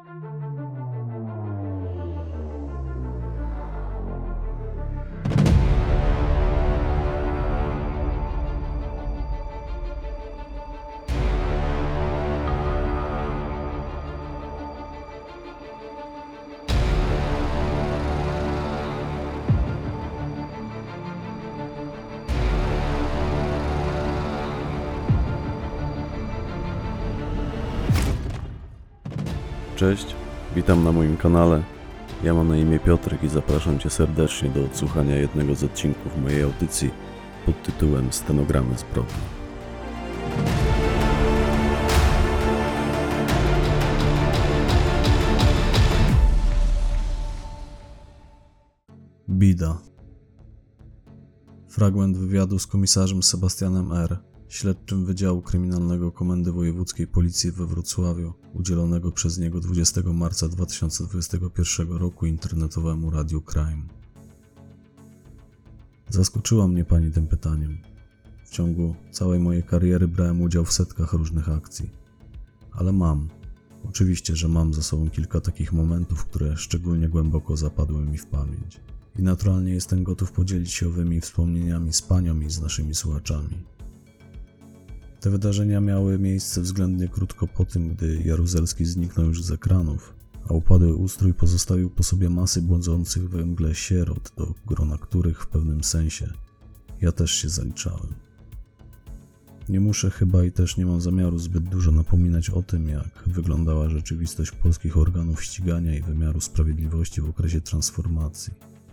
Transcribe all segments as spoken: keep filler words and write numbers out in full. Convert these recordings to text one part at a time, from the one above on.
Cześć, witam na moim kanale. Ja mam na imię Piotrek i zapraszam Cię serdecznie do odsłuchania jednego z odcinków mojej audycji pod tytułem Stenogramy zbrodni. Bida. Fragment wywiadu z komisarzem Sebastianem R., śledczym Wydziału Kryminalnego Komendy Wojewódzkiej Policji we Wrocławiu, udzielonego przez niego dwudziestego marca dwa tysiące dwudziestego pierwszego roku internetowemu Radiu Crime. Zaskoczyła mnie pani tym pytaniem. W ciągu całej mojej kariery brałem udział w setkach różnych akcji. Ale mam, oczywiście, że mam za sobą kilka takich momentów, które szczególnie głęboko zapadły mi w pamięć. I naturalnie jestem gotów podzielić się owymi wspomnieniami z panią i z naszymi słuchaczami. Te wydarzenia miały miejsce względnie krótko po tym, gdy Jaruzelski zniknął już z ekranów, a upadły ustrój pozostawił po sobie masy błądzących we mgle sierot, do grona których w pewnym sensie ja też się zaliczałem. Nie muszę chyba i też nie mam zamiaru zbyt dużo napominać o tym, jak wyglądała rzeczywistość polskich organów ścigania i wymiaru sprawiedliwości w okresie transformacji.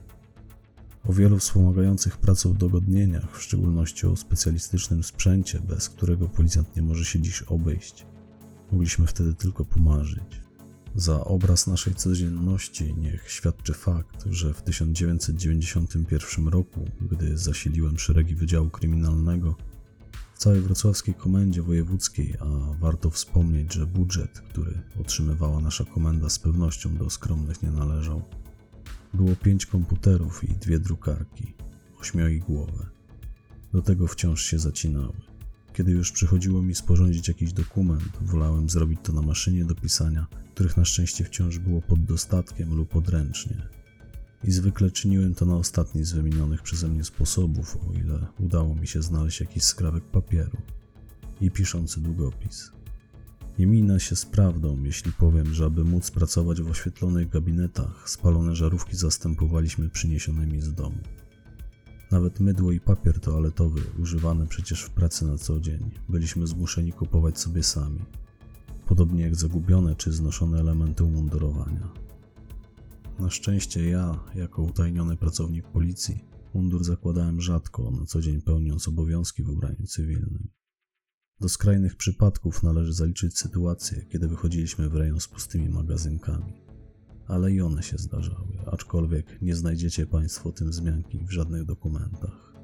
O wielu wspomagających pracę udogodnieniach, w szczególności o specjalistycznym sprzęcie, bez którego policjant nie może się dziś obejść, mogliśmy wtedy tylko pomarzyć. Za obraz naszej codzienności niech świadczy fakt, że w tysiąc dziewięćset dziewięćdziesiątym pierwszym roku, gdy zasiliłem szeregi Wydziału Kryminalnego, w całej wrocławskiej komendzie wojewódzkiej, a warto wspomnieć, że budżet, który otrzymywała nasza komenda, z pewnością do skromnych nie należał, było pięć komputerów i dwie drukarki, ośmioigłowe. Do tego wciąż się zacinały. Kiedy już przychodziło mi sporządzić jakiś dokument, wolałem zrobić to na maszynie do pisania, których na szczęście wciąż było pod dostatkiem lub odręcznie. I zwykle czyniłem to na ostatni z wymienionych przeze mnie sposobów, o ile udało mi się znaleźć jakiś skrawek papieru i piszący długopis. Nie minę się z prawdą, jeśli powiem, że aby móc pracować w oświetlonych gabinetach, spalone żarówki zastępowaliśmy przyniesionymi z domu. Nawet mydło i papier toaletowy, używane przecież w pracy na co dzień, byliśmy zmuszeni kupować sobie sami. Podobnie jak zagubione czy znoszone elementy umundurowania. Na szczęście ja, jako utajniony pracownik policji, mundur zakładałem rzadko, na co dzień pełniąc obowiązki w ubraniu cywilnym. Do skrajnych przypadków należy zaliczyć sytuacje, kiedy wychodziliśmy w rejon z pustymi magazynkami. Ale i one się zdarzały, aczkolwiek nie znajdziecie Państwo tym wzmianki w żadnych dokumentach.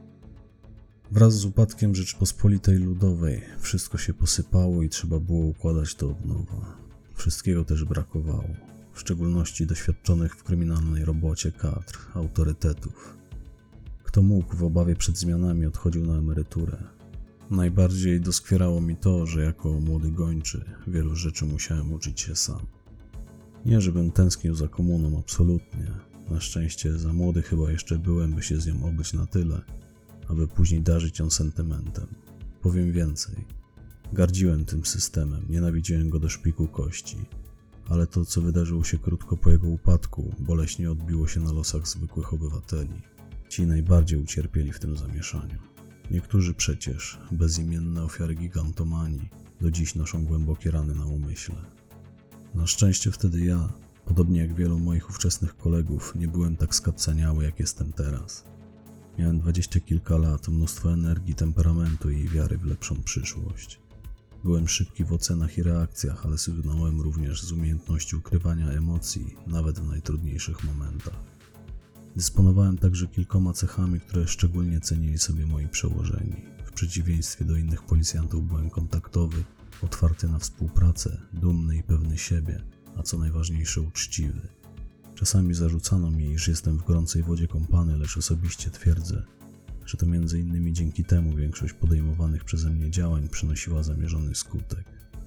Wraz z upadkiem Rzeczpospolitej Ludowej wszystko się posypało i trzeba było układać to od nowa. Wszystkiego też brakowało, w szczególności doświadczonych w kryminalnej robocie kadr, autorytetów. Kto mógł, w obawie przed zmianami odchodził na emeryturę. Najbardziej doskwierało mi to, że jako młody gończy wielu rzeczy musiałem uczyć się sam. Nie, żebym tęsknił za komuną, absolutnie. Na szczęście za młody chyba jeszcze byłem, by się z nią obyć na tyle, aby później darzyć ją sentymentem. Powiem więcej. Gardziłem tym systemem, nienawidziłem go do szpiku kości. Ale to, co wydarzyło się krótko po jego upadku, boleśnie odbiło się na losach zwykłych obywateli. Ci najbardziej ucierpieli w tym zamieszaniu. Niektórzy przecież, bezimienne ofiary gigantomanii, do dziś noszą głębokie rany na umyśle. Na szczęście wtedy ja, podobnie jak wielu moich ówczesnych kolegów, nie byłem tak skapcaniały, jak jestem teraz. Miałem dwadzieścia kilka lat, mnóstwo energii, temperamentu i wiary w lepszą przyszłość. Byłem szybki w ocenach i reakcjach, ale sygnąłem również z umiejętności ukrywania emocji, nawet w najtrudniejszych momentach. Dysponowałem także kilkoma cechami, które szczególnie cenili sobie moi przełożeni. W przeciwieństwie do innych policjantów byłem kontaktowy, otwarty na współpracę, dumny i pewny siebie, a co najważniejsze uczciwy. Czasami zarzucano mi, iż jestem w gorącej wodzie kąpany, lecz osobiście twierdzę, że to między innymi dzięki temu większość podejmowanych przeze mnie działań przynosiła zamierzony skutek.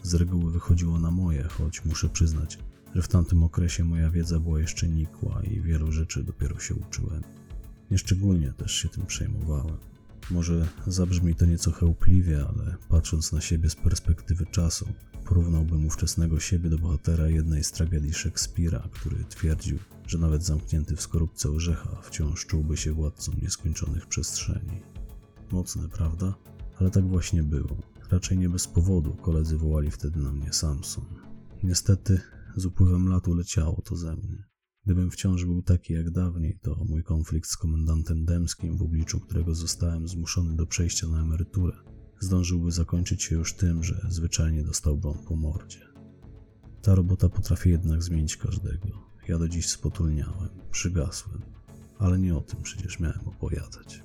z reguły wychodziło na moje, choć muszę przyznać, że w tamtym okresie moja wiedza była jeszcze nikła i wielu rzeczy dopiero się uczyłem. Nieszczególnie też się tym przejmowałem. Może zabrzmi to nieco chełpliwie, ale patrząc na siebie z perspektywy czasu, porównałbym ówczesnego siebie do bohatera jednej z tragedii Szekspira, który twierdził, że nawet zamknięty w skorupce orzecha wciąż czułby się władcą nieskończonych przestrzeni. Mocne, prawda? Ale tak właśnie było. Raczej nie bez powodu koledzy wołali wtedy na mnie Samson. Niestety z upływem lat uleciało to ze mnie. Gdybym wciąż był taki jak dawniej, to mój konflikt z komendantem Dębskim, w obliczu którego zostałem zmuszony do przejścia na emeryturę, zdążyłby zakończyć się już tym, że zwyczajnie dostałby on po mordzie. Ta robota potrafi jednak zmienić każdego. Ja do dziś spotulniałem, przygasłem, ale nie o tym przecież miałem opowiadać.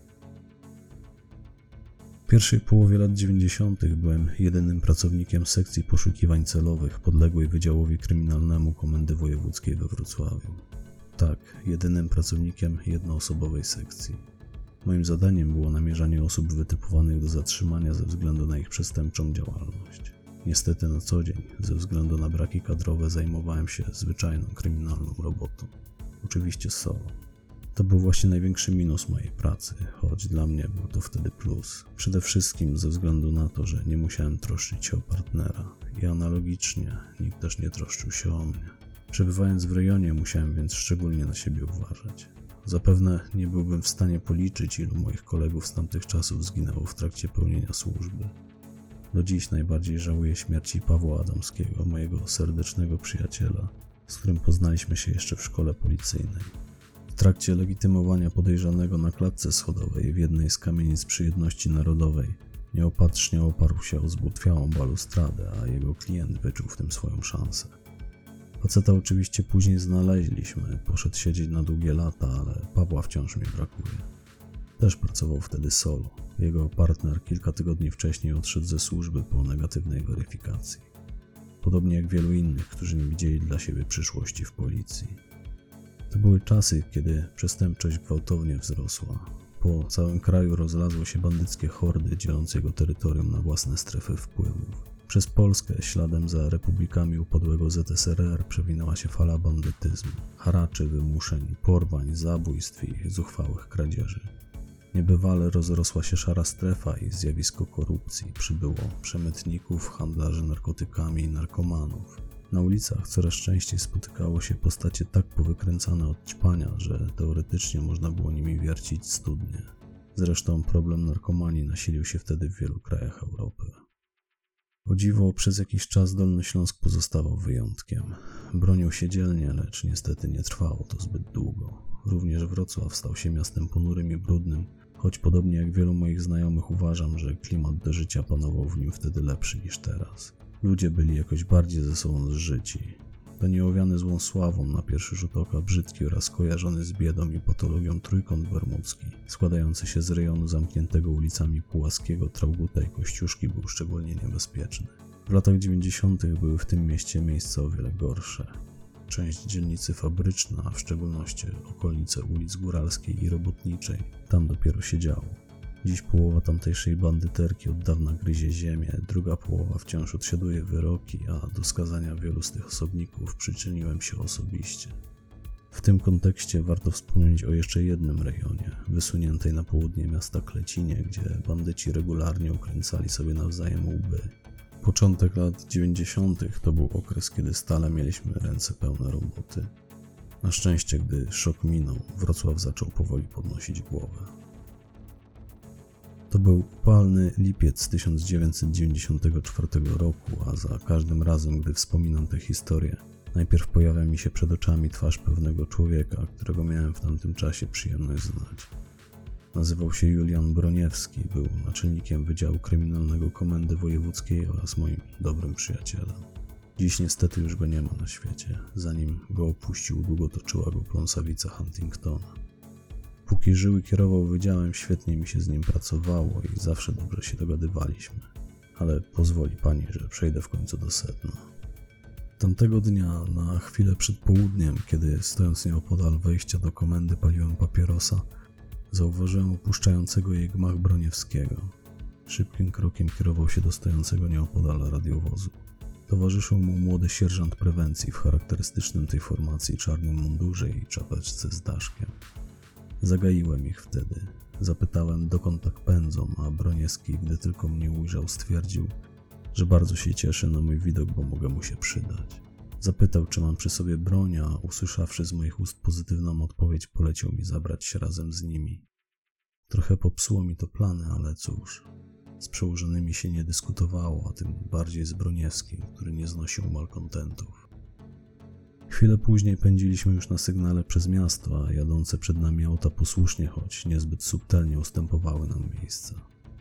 W pierwszej połowie lat dziewięćdziesiątych byłem jedynym pracownikiem sekcji poszukiwań celowych podległej Wydziałowi Kryminalnemu Komendy Wojewódzkiej we Wrocławiu. Tak, jedynym pracownikiem jednoosobowej sekcji. Moim zadaniem było namierzanie osób wytypowanych do zatrzymania ze względu na ich przestępczą działalność. Niestety na co dzień, ze względu na braki kadrowe, zajmowałem się zwyczajną kryminalną robotą. Oczywiście solo. To był właśnie największy minus mojej pracy, choć dla mnie był to wtedy plus. Przede wszystkim ze względu na to, że nie musiałem troszczyć się o partnera i analogicznie nikt też nie troszczył się o mnie. Przebywając w rejonie musiałem więc szczególnie na siebie uważać. Zapewne nie byłbym w stanie policzyć, ilu moich kolegów z tamtych czasów zginęło w trakcie pełnienia służby. Do dziś najbardziej żałuję śmierci Pawła Adamskiego, mojego serdecznego przyjaciela, z którym poznaliśmy się jeszcze w szkole policyjnej. W trakcie legitymowania podejrzanego na klatce schodowej w jednej z kamienic przy Jedności Narodowej nieopatrznie oparł się o zbutwiałą balustradę, a jego klient wyczuł w tym swoją szansę. Faceta oczywiście później znaleźliśmy, poszedł siedzieć na długie lata, ale Pawła wciąż mi brakuje. Też pracował wtedy solo. Jego partner kilka tygodni wcześniej odszedł ze służby po negatywnej weryfikacji. Podobnie jak wielu innych, którzy nie widzieli dla siebie przyszłości w policji. To były czasy, kiedy przestępczość gwałtownie wzrosła. Po całym kraju rozlazły się bandyckie hordy dzielące jego terytorium na własne strefy wpływów. Przez Polskę, śladem za republikami upadłego Z S R R, przewinęła się fala bandytyzmu, haraczy, wymuszeń, porwań, zabójstw i zuchwałych kradzieży. Niebywale rozrosła się szara strefa i zjawisko korupcji. Przybyło przemytników, handlarzy narkotykami i narkomanów. Na ulicach coraz częściej spotykało się postacie tak powykręcane od ćpania, że teoretycznie można było nimi wiercić studnie. Zresztą problem narkomanii nasilił się wtedy w wielu krajach Europy. O dziwo, przez jakiś czas Dolny Śląsk pozostawał wyjątkiem. Bronił się dzielnie, lecz niestety nie trwało to zbyt długo. Również Wrocław stał się miastem ponurym i brudnym, choć podobnie jak wielu moich znajomych uważam, że klimat do życia panował w nim wtedy lepszy niż teraz. Ludzie byli jakoś bardziej ze sobą zżyci. To nieowiany złą sławą, na pierwszy rzut oka brzydki oraz kojarzony z biedą i patologią trójkąt bermudzki, składający się z rejonu zamkniętego ulicami Pułaskiego, Traugutta i Kościuszki, był szczególnie niebezpieczny. W latach dziewięćdziesiątych były w tym mieście miejsca o wiele gorsze. Część dzielnicy Fabryczna, a w szczególności okolice ulic Góralskiej i Robotniczej, tam dopiero się działo. Dziś połowa tamtejszej bandyterki od dawna gryzie ziemię, druga połowa wciąż odsiaduje wyroki, a do skazania wielu z tych osobników przyczyniłem się osobiście. W tym kontekście warto wspomnieć o jeszcze jednym rejonie, wysuniętej na południe miasta Klecinie, gdzie bandyci regularnie ukręcali sobie nawzajem łby. Początek lat dziewięćdziesiątych to był okres, kiedy stale mieliśmy ręce pełne roboty. Na szczęście, gdy szok minął, Wrocław zaczął powoli podnosić głowę. To był upalny lipiec tysiąc dziewięćset dziewięćdziesiątego czwartego roku, a za każdym razem, gdy wspominam tę historię, najpierw pojawia mi się przed oczami twarz pewnego człowieka, którego miałem w tamtym czasie przyjemność znać. Nazywał się Julian Broniewski, był naczelnikiem Wydziału Kryminalnego Komendy Wojewódzkiej oraz moim dobrym przyjacielem. Dziś niestety już go nie ma na świecie. Zanim go opuścił, długo toczyła go pląsawica Huntingtona. Póki żył i kierował wydziałem, świetnie mi się z nim pracowało i zawsze dobrze się dogadywaliśmy. Ale pozwoli pani, że przejdę w końcu do sedna. Tamtego dnia, na chwilę przed południem, kiedy stojąc nieopodal wejścia do komendy paliłem papierosa, zauważyłem opuszczającego jej gmach Broniewskiego. Szybkim krokiem kierował się do stojącego nieopodal radiowozu. Towarzyszył mu młody sierżant prewencji w charakterystycznym tej formacji czarnym mundurze i czapeczce z daszkiem. Zagaiłem ich wtedy. Zapytałem, dokąd tak pędzą, a Broniewski, gdy tylko mnie ujrzał, stwierdził, że bardzo się cieszy na mój widok, bo mogę mu się przydać. Zapytał, czy mam przy sobie broń, a usłyszawszy z moich ust pozytywną odpowiedź, polecił mi zabrać się razem z nimi. Trochę popsuło mi to plany, ale cóż, z przełożonymi się nie dyskutowało, a tym bardziej z Broniewskim, który nie znosił malkontentów. Chwilę później pędziliśmy już na sygnale przez miasto, a jadące przed nami auta posłusznie, choć niezbyt subtelnie ustępowały nam miejsca.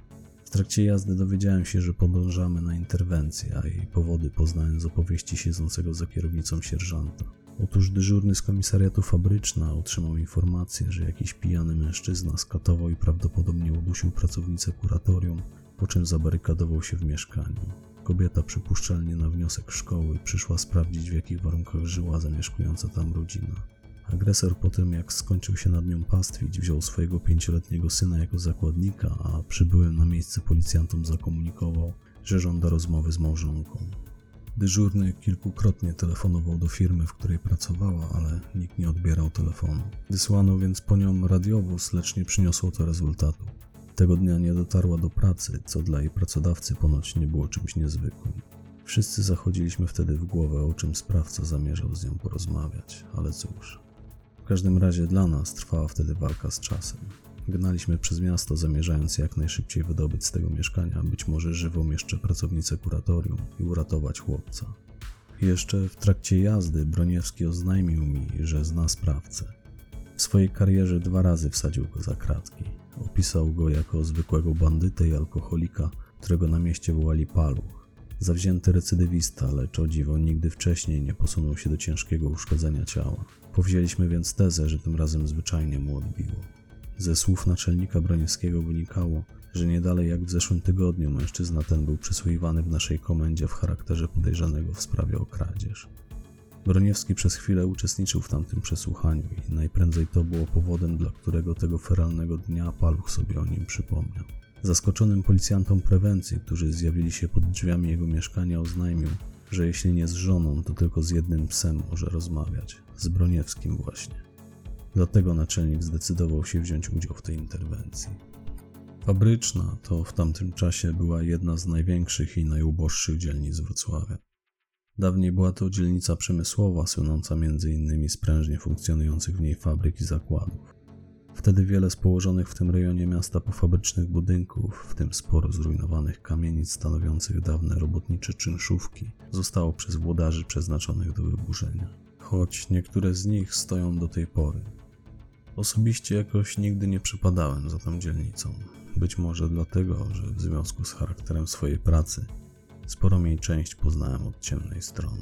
W trakcie jazdy dowiedziałem się, że podążamy na interwencję, a jej powody poznałem z opowieści siedzącego za kierownicą sierżanta. Otóż dyżurny z komisariatu Fabryczna otrzymał informację, że jakiś pijany mężczyzna skatował i prawdopodobnie udusił pracownicę kuratorium, po czym zabarykadował się w mieszkaniu. Kobieta przypuszczalnie na wniosek szkoły przyszła sprawdzić, w jakich warunkach żyła zamieszkująca tam rodzina. Agresor po tym, jak skończył się nad nią pastwić, wziął swojego pięcioletniego syna jako zakładnika, a przybyłym na miejsce policjantom zakomunikował, że żąda rozmowy z małżonką. Dyżurny kilkukrotnie telefonował do firmy, w której pracowała, ale nikt nie odbierał telefonu. Wysłano więc po nią radiowóz, lecz nie przyniosło to rezultatu. Tego dnia nie dotarła do pracy, co dla jej pracodawcy ponoć nie było czymś niezwykłym. Wszyscy zachodziliśmy wtedy w głowę, o czym sprawca zamierzał z nią porozmawiać, ale cóż. W każdym razie dla nas trwała wtedy walka z czasem. Gnaliśmy przez miasto, zamierzając jak najszybciej wydobyć z tego mieszkania, być może żywą jeszcze pracownicę kuratorium i uratować chłopca. Jeszcze w trakcie jazdy Broniewski oznajmił mi, że zna sprawcę. W swojej karierze dwa razy wsadził go za kratki. Opisał go jako zwykłego bandytę i alkoholika, którego na mieście wołali paluch. Zawzięty recydywista, lecz o dziwo nigdy wcześniej nie posunął się do ciężkiego uszkodzenia ciała. Powzięliśmy więc tezę, że tym razem zwyczajnie mu odbiło. Ze słów naczelnika Broniewskiego wynikało, że nie dalej jak w zeszłym tygodniu mężczyzna ten był przesłuchiwany w naszej komendzie w charakterze podejrzanego w sprawie o kradzież. Broniewski przez chwilę uczestniczył w tamtym przesłuchaniu i najprędzej to było powodem, dla którego tego feralnego dnia paluch sobie o nim przypomniał. Zaskoczonym policjantom prewencji, którzy zjawili się pod drzwiami jego mieszkania, oznajmił, że jeśli nie z żoną, to tylko z jednym psem może rozmawiać, z Broniewskim właśnie. Dlatego naczelnik zdecydował się wziąć udział w tej interwencji. Fabryczna to w tamtym czasie była jedna z największych i najuboższych dzielnic Wrocławia. Dawniej była to dzielnica przemysłowa, słynąca między innymi z prężnie funkcjonujących w niej fabryk i zakładów. Wtedy wiele z położonych w tym rejonie miasta pofabrycznych budynków, w tym sporo zrujnowanych kamienic stanowiących dawne robotnicze czynszówki, zostało przez włodarzy przeznaczonych do wyburzenia. Choć niektóre z nich stoją do tej pory. Osobiście jakoś nigdy nie przypadałem za tą dzielnicą. Być może dlatego, że w związku z charakterem swojej pracy sporą jej część poznałem od ciemnej strony.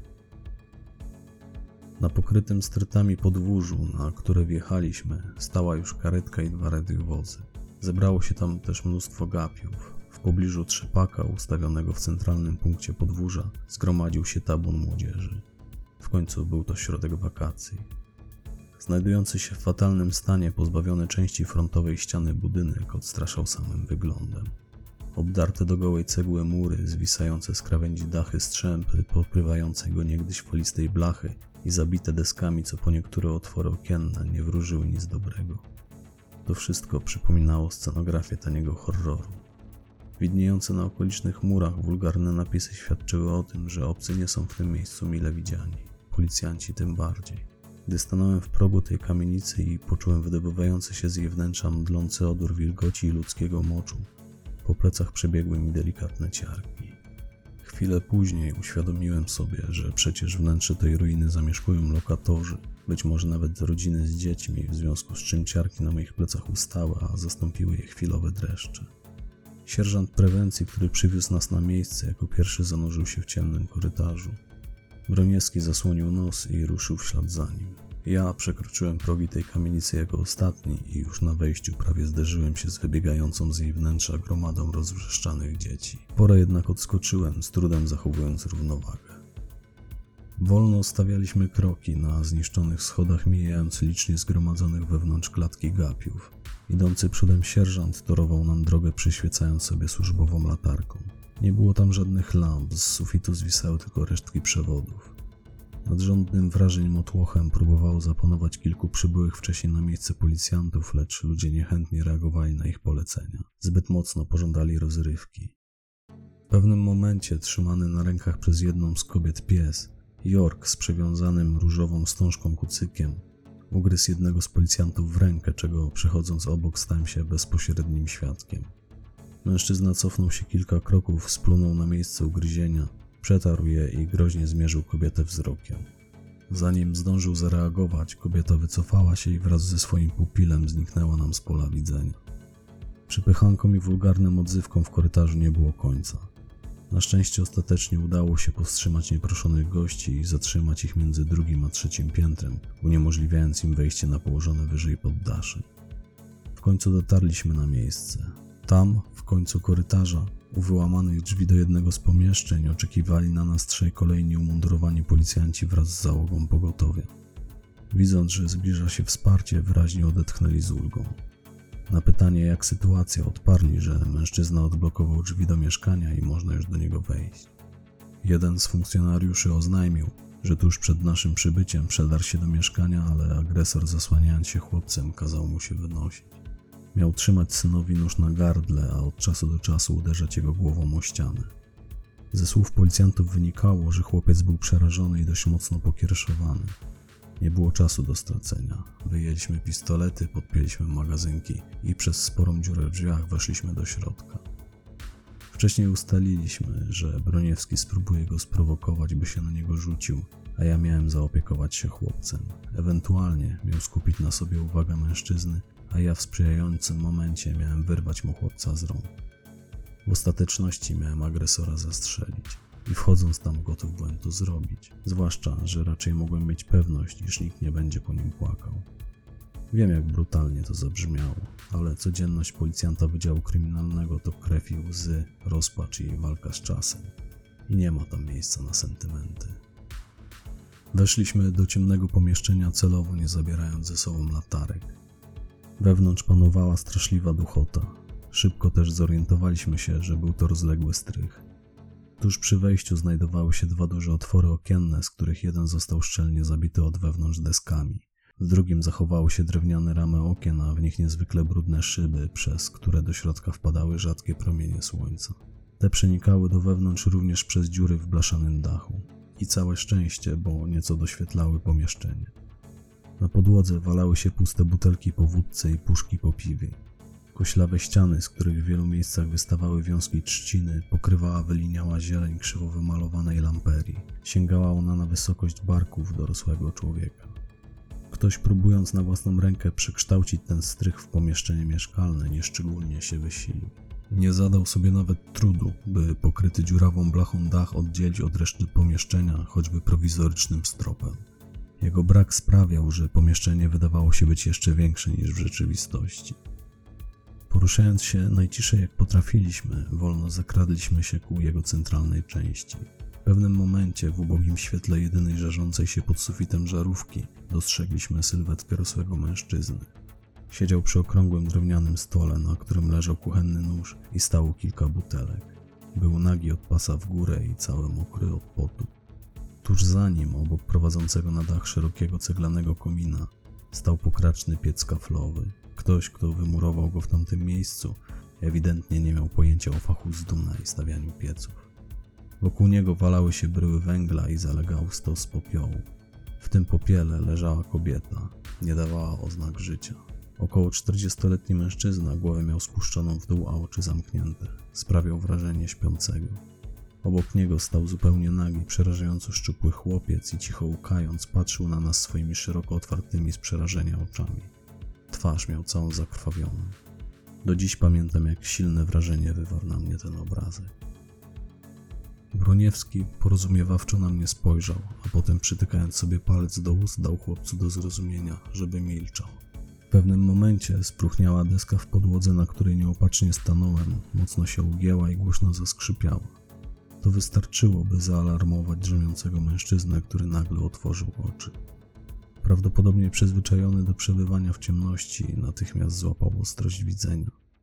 Na pokrytym stertami podwórzu, na które wjechaliśmy, stała już karetka i dwa radiowozy. Zebrało się tam też mnóstwo gapiów. W pobliżu trzepaka ustawionego w centralnym punkcie podwórza zgromadził się tabun młodzieży. W końcu był to środek wakacji. Znajdujący się w fatalnym stanie, pozbawiony części frontowej ściany budynek odstraszał samym wyglądem. Obdarte do gołej cegły mury, zwisające z krawędzi dachy strzępy, pokrywające go niegdyś falistej blachy i zabite deskami, co po niektóre otwory okienne, nie wróżyły nic dobrego. To wszystko przypominało scenografię taniego horroru. Widniejące na okolicznych murach wulgarne napisy świadczyły o tym, że obcy nie są w tym miejscu mile widziani, policjanci tym bardziej. Gdy stanąłem w progu tej kamienicy i poczułem wydobywający się z jej wnętrza mdlący odór wilgoci i ludzkiego moczu, po plecach przebiegły mi delikatne ciarki. Chwilę później uświadomiłem sobie, że przecież wnętrze tej ruiny zamieszkują lokatorzy, być może nawet rodziny z dziećmi, w związku z czym ciarki na moich plecach ustały, a zastąpiły je chwilowe dreszcze. Sierżant prewencji, który przywiózł nas na miejsce, jako pierwszy zanurzył się w ciemnym korytarzu. Broniewski zasłonił nos i ruszył w ślad za nim. Ja przekroczyłem progi tej kamienicy jako ostatni i już na wejściu prawie zderzyłem się z wybiegającą z jej wnętrza gromadą rozwrzeszczanych dzieci. Porę jednak odskoczyłem, z trudem zachowując równowagę. Wolno stawialiśmy kroki na zniszczonych schodach, mijając licznie zgromadzonych wewnątrz klatki gapiów. Idący przodem sierżant torował nam drogę, przyświecając sobie służbową latarką. Nie było tam żadnych lamp, z sufitu zwisały tylko resztki przewodów. Nadrzędnym wrażeń motłochem próbowało zapanować kilku przybyłych wcześniej na miejsce policjantów, lecz ludzie niechętnie reagowali na ich polecenia. Zbyt mocno pożądali rozrywki. W pewnym momencie, trzymany na rękach przez jedną z kobiet pies, York z przewiązanym różową wstążką kucykiem, ugryzł jednego z policjantów w rękę, czego przechodząc obok stałem się bezpośrednim świadkiem. Mężczyzna cofnął się kilka kroków, splunął na miejsce ugryzienia, przetarł je i groźnie zmierzył kobietę wzrokiem. Zanim zdążył zareagować, kobieta wycofała się i wraz ze swoim pupilem zniknęła nam z pola widzenia. Przypychankom i wulgarnym odzywkom w korytarzu nie było końca. Na szczęście ostatecznie udało się powstrzymać nieproszonych gości i zatrzymać ich między drugim a trzecim piętrem, uniemożliwiając im wejście na położone wyżej poddasze. W końcu dotarliśmy na miejsce. Tam, w końcu korytarza, u wyłamanych drzwi do jednego z pomieszczeń, oczekiwali na nas trzej kolejni umundurowani policjanci wraz z załogą pogotowia. Widząc, że zbliża się wsparcie, wyraźnie odetchnęli z ulgą. Na pytanie, jak sytuacja, odparli, że mężczyzna odblokował drzwi do mieszkania i można już do niego wejść. Jeden z funkcjonariuszy oznajmił, że tuż przed naszym przybyciem przedarł się do mieszkania, ale agresor, zasłaniając się chłopcem, kazał mu się wynosić. Miał trzymać synowi nóż na gardle, a od czasu do czasu uderzać jego głową o ścianę. Ze słów policjantów wynikało, że chłopiec był przerażony i dość mocno pokiereszowany. Nie było czasu do stracenia. Wyjęliśmy pistolety, podpięliśmy magazynki i przez sporą dziurę w drzwiach weszliśmy do środka. Wcześniej ustaliliśmy, że Broniewski spróbuje go sprowokować, by się na niego rzucił, a ja miałem zaopiekować się chłopcem. Ewentualnie miał skupić na sobie uwagę mężczyzny, a ja w sprzyjającym momencie miałem wyrwać mu chłopca z rąk. W ostateczności miałem agresora zastrzelić i wchodząc tam gotów byłem to zrobić, zwłaszcza, że raczej mogłem mieć pewność, iż nikt nie będzie po nim płakał. Wiem, jak brutalnie to zabrzmiało, ale codzienność policjanta Wydziału Kryminalnego to krew i łzy, rozpacz i walka z czasem. I nie ma tam miejsca na sentymenty. Weszliśmy do ciemnego pomieszczenia celowo, nie zabierając ze sobą latarek. Wewnątrz panowała straszliwa duchota. Szybko też zorientowaliśmy się, że był to rozległy strych. Tuż przy wejściu znajdowały się dwa duże otwory okienne, z których jeden został szczelnie zabity od wewnątrz deskami. W drugim zachowały się drewniane ramy okien, a w nich niezwykle brudne szyby, przez które do środka wpadały rzadkie promienie słońca. Te przenikały do wewnątrz również przez dziury w blaszanym dachu. I całe szczęście, bo nieco doświetlały pomieszczenie. Na podłodze walały się puste butelki po wódce i puszki po piwie. Koślawe ściany, z których w wielu miejscach wystawały wiązki trzciny, pokrywała wyliniała zieleń krzywo wymalowanej lamperii. Sięgała ona na wysokość barków dorosłego człowieka. Ktoś, próbując na własną rękę przekształcić ten strych w pomieszczenie mieszkalne, nieszczególnie się wysilił. Nie zadał sobie nawet trudu, by pokryty dziurawą blachą dach oddzielić od reszty pomieszczenia, choćby prowizorycznym stropem. Jego brak sprawiał, że pomieszczenie wydawało się być jeszcze większe niż w rzeczywistości. Poruszając się najciszej jak potrafiliśmy, wolno zakradliśmy się ku jego centralnej części. W pewnym momencie, w ubogim świetle jedynej żarzącej się pod sufitem żarówki, dostrzegliśmy sylwetkę rosłego mężczyzny. Siedział przy okrągłym drewnianym stole, na którym leżał kuchenny nóż i stało kilka butelek. Był nagi od pasa w górę i cały mokry od potu. Tuż za nim, obok prowadzącego na dach szerokiego ceglanego komina, stał pokraczny piec kaflowy. Ktoś, kto wymurował go w tamtym miejscu, ewidentnie nie miał pojęcia o fachu z duna i stawianiu pieców. Wokół niego walały się bryły węgla i zalegał stos popiołu. W tym popiele leżała kobieta, nie dawała oznak życia. Około czterdziestoletni mężczyzna, głowę miał spuszczoną w dół, a oczy zamknięte. Sprawiał wrażenie śpiącego. Obok niego stał zupełnie nagi, przerażająco szczupły chłopiec i cicho łkając patrzył na nas swoimi szeroko otwartymi z przerażenia oczami. Twarz miał całą zakrwawioną. Do dziś pamiętam, jak silne wrażenie wywarł na mnie ten obrazek. Broniewski porozumiewawczo na mnie spojrzał, a potem przytykając sobie palec do ust dał chłopcu do zrozumienia, żeby milczał. W pewnym momencie spróchniała deska w podłodze, na której nieopatrznie stanąłem, mocno się ugięła i głośno zaskrzypiała. To wystarczyło, by zaalarmować drzemiącego mężczyznę, który nagle otworzył oczy. Prawdopodobnie przyzwyczajony do przebywania w ciemności, natychmiast złapał ostrość widzenia.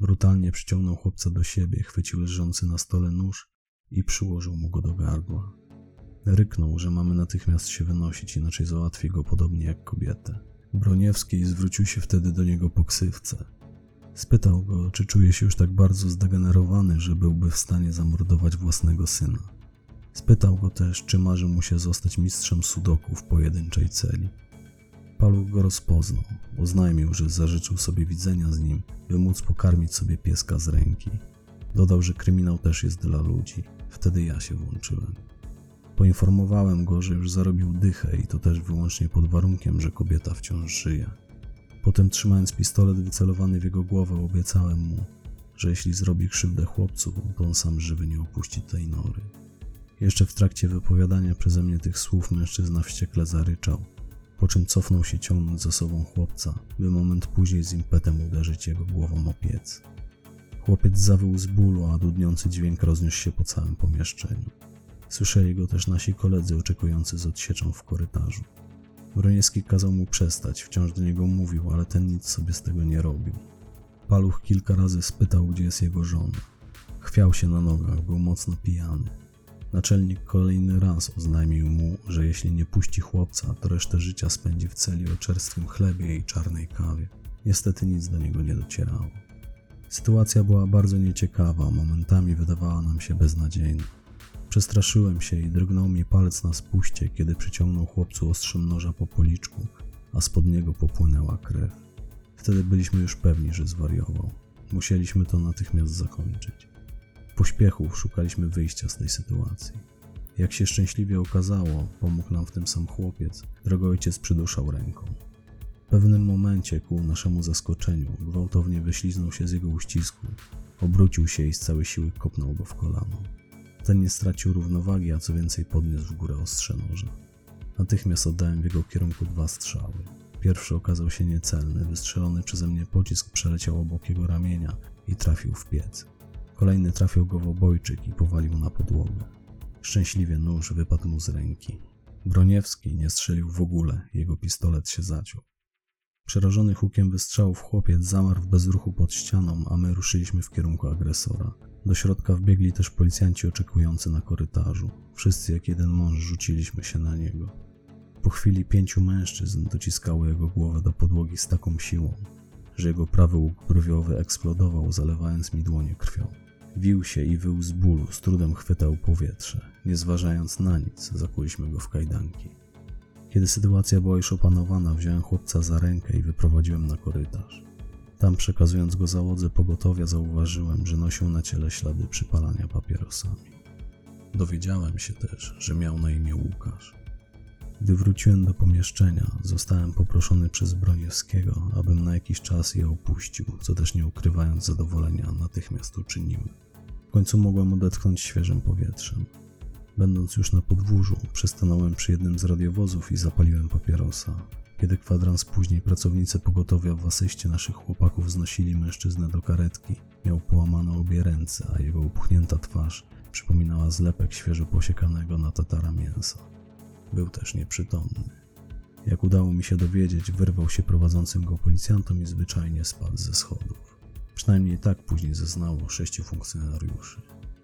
Brutalnie przyciągnął chłopca do siebie, chwycił leżący na stole nóż i przyłożył mu go do gardła. Ryknął, że mamy natychmiast się wynosić, inaczej załatwi go podobnie jak kobietę. Broniewski zwrócił się wtedy do niego po ksywce. Spytał go, czy czuje się już tak bardzo zdegenerowany, że byłby w stanie zamordować własnego syna. Spytał go też, czy marzy mu się zostać mistrzem sudoku w pojedynczej celi. Paluch go rozpoznał. Oznajmił, że zażyczył sobie widzenia z nim, by móc pokarmić sobie pieska z ręki. Dodał, że kryminał też jest dla ludzi. Wtedy ja się włączyłem. Poinformowałem go, że już zarobił dychę i to też wyłącznie pod warunkiem, że kobieta wciąż żyje. Potem, trzymając pistolet wycelowany w jego głowę, obiecałem mu, że jeśli zrobi krzywdę chłopcu, to on sam żywy nie opuści tej nory. Jeszcze w trakcie wypowiadania przeze mnie tych słów mężczyzna wściekle zaryczał, po czym cofnął się, ciągnąc za sobą chłopca, by moment później z impetem uderzyć jego głową o piec. Chłopiec zawył z bólu, a dudniący dźwięk rozniósł się po całym pomieszczeniu. Słyszeli go też nasi koledzy oczekujący z odsieczą w korytarzu. Broniewski kazał mu przestać, wciąż do niego mówił, ale ten nic sobie z tego nie robił. Paluch kilka razy spytał, gdzie jest jego żona. Chwiał się na nogach, był mocno pijany. Naczelnik kolejny raz oznajmił mu, że jeśli nie puści chłopca, to resztę życia spędzi w celi o czerstwym chlebie i czarnej kawie. Niestety nic do niego nie docierało. Sytuacja była bardzo nieciekawa, momentami wydawała nam się beznadziejna. Przestraszyłem się i drgnął mi palec na spuście, kiedy przyciągnął chłopcu ostrzem noża po policzku, a spod niego popłynęła krew. Wtedy byliśmy już pewni, że zwariował. Musieliśmy to natychmiast zakończyć. W pośpiechu szukaliśmy wyjścia z tej sytuacji. Jak się szczęśliwie okazało, pomógł nam w tym sam chłopiec, którego ojciec przyduszał ręką. W pewnym momencie, ku naszemu zaskoczeniu, gwałtownie wyśliznął się z jego uścisku, obrócił się i z całej siły kopnął go w kolano. Ten nie stracił równowagi, a co więcej podniósł w górę ostrze noża. Natychmiast oddałem w jego kierunku dwa strzały. Pierwszy okazał się niecelny, wystrzelony przeze mnie pocisk przeleciał obok jego ramienia i trafił w piec. Kolejny trafił go w obojczyk i powalił na podłogę. Szczęśliwie nóż wypadł mu z ręki. Broniewski nie strzelił w ogóle, jego pistolet się zaciął. Przerażony hukiem wystrzałów chłopiec zamarł w bezruchu pod ścianą, a my ruszyliśmy w kierunku agresora. Do środka wbiegli też policjanci oczekujący na korytarzu. Wszyscy jak jeden mąż rzuciliśmy się na niego. Po chwili pięciu mężczyzn dociskało jego głowę do podłogi z taką siłą, że jego prawy łuk brwiowy eksplodował, zalewając mi dłonie krwią. Wił się i wył z bólu, z trudem chwytał powietrze. Nie zważając na nic, zakuliśmy go w kajdanki. Kiedy sytuacja była już opanowana, wziąłem chłopca za rękę i wyprowadziłem na korytarz. Tam, przekazując go załodze pogotowia, zauważyłem, że nosił na ciele ślady przypalania papierosami. Dowiedziałem się też, że miał na imię Łukasz. Gdy wróciłem do pomieszczenia, zostałem poproszony przez Broniewskiego, abym na jakiś czas je opuścił, co też nie ukrywając zadowolenia natychmiast uczyniłem. W końcu mogłem odetchnąć świeżym powietrzem. Będąc już na podwórzu, przystanąłem przy jednym z radiowozów i zapaliłem papierosa. Kiedy kwadrans później pracownicy pogotowia w asyście naszych chłopaków znosili mężczyznę do karetki, miał połamane obie ręce, a jego upuchnięta twarz przypominała zlepek świeżo posiekanego na tatara mięsa. Był też nieprzytomny. Jak udało mi się dowiedzieć, wyrwał się prowadzącym go policjantom i zwyczajnie spadł ze schodów. Przynajmniej tak później zeznało sześciu funkcjonariuszy.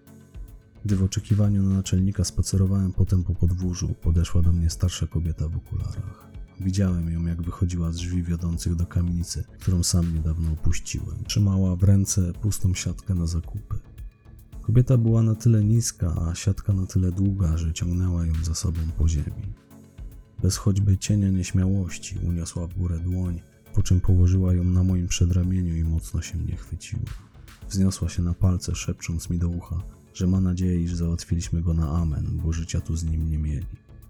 Gdy w oczekiwaniu na naczelnika spacerowałem potem po podwórzu, podeszła do mnie starsza kobieta w okularach. Widziałem ją, jak wychodziła z drzwi wiodących do kamienicy, którą sam niedawno opuściłem. Trzymała w ręce pustą siatkę na zakupy. Kobieta była na tyle niska, a siatka na tyle długa, że ciągnęła ją za sobą po ziemi. Bez choćby cienia nieśmiałości uniosła w górę dłoń, po czym położyła ją na moim przedramieniu i mocno się mnie chwyciła. Wzniosła się na palce, szepcząc mi do ucha, że ma nadzieję, iż załatwiliśmy go na amen, bo życia tu z nim nie mieli.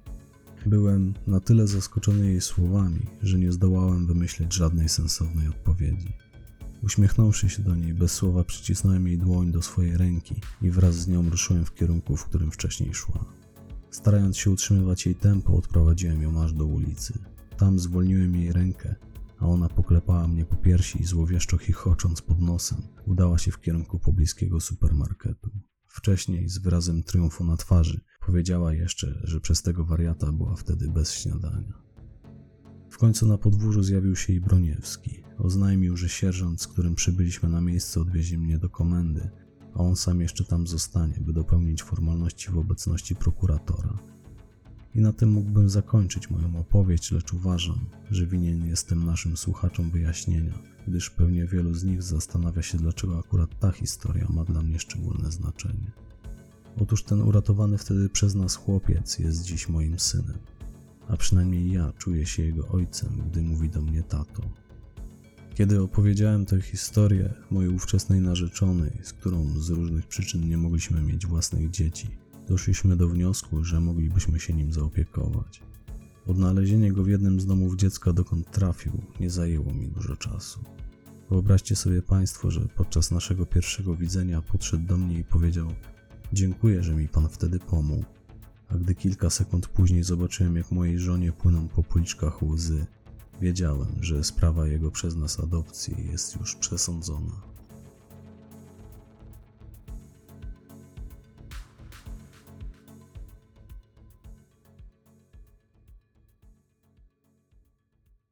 Byłem na tyle zaskoczony jej słowami, że nie zdołałem wymyśleć żadnej sensownej odpowiedzi. Uśmiechnąwszy się do niej, bez słowa przycisnąłem jej dłoń do swojej ręki i wraz z nią ruszyłem w kierunku, w którym wcześniej szła. Starając się utrzymywać jej tempo, odprowadziłem ją aż do ulicy. Tam zwolniłem jej rękę, a ona poklepała mnie po piersi i złowieszczo chichocząc pod nosem, udała się w kierunku pobliskiego supermarketu. Wcześniej, z wyrazem triumfu na twarzy, powiedziała jeszcze, że przez tego wariata była wtedy bez śniadania. W końcu na podwórzu zjawił się i Broniewski. Oznajmił, że sierżant, z którym przybyliśmy na miejsce, odwiezie mnie do komendy, a on sam jeszcze tam zostanie, by dopełnić formalności w obecności prokuratora. I na tym mógłbym zakończyć moją opowieść, lecz uważam, że winien jestem naszym słuchaczom wyjaśnienia, gdyż pewnie wielu z nich zastanawia się, dlaczego akurat ta historia ma dla mnie szczególne znaczenie. Otóż ten uratowany wtedy przez nas chłopiec jest dziś moim synem, a przynajmniej ja czuję się jego ojcem, gdy mówi do mnie tato. Kiedy opowiedziałem tę historię mojej ówczesnej narzeczonej, z którą z różnych przyczyn nie mogliśmy mieć własnych dzieci, doszliśmy do wniosku, że moglibyśmy się nim zaopiekować. Odnalezienie go w jednym z domów dziecka, dokąd trafił, nie zajęło mi dużo czasu. Wyobraźcie sobie Państwo, że podczas naszego pierwszego widzenia podszedł do mnie i powiedział: dziękuję, że mi Pan wtedy pomógł. A gdy kilka sekund później zobaczyłem, jak mojej żonie płyną po policzkach łzy, wiedziałem, że sprawa jego przez nas adopcji jest już przesądzona.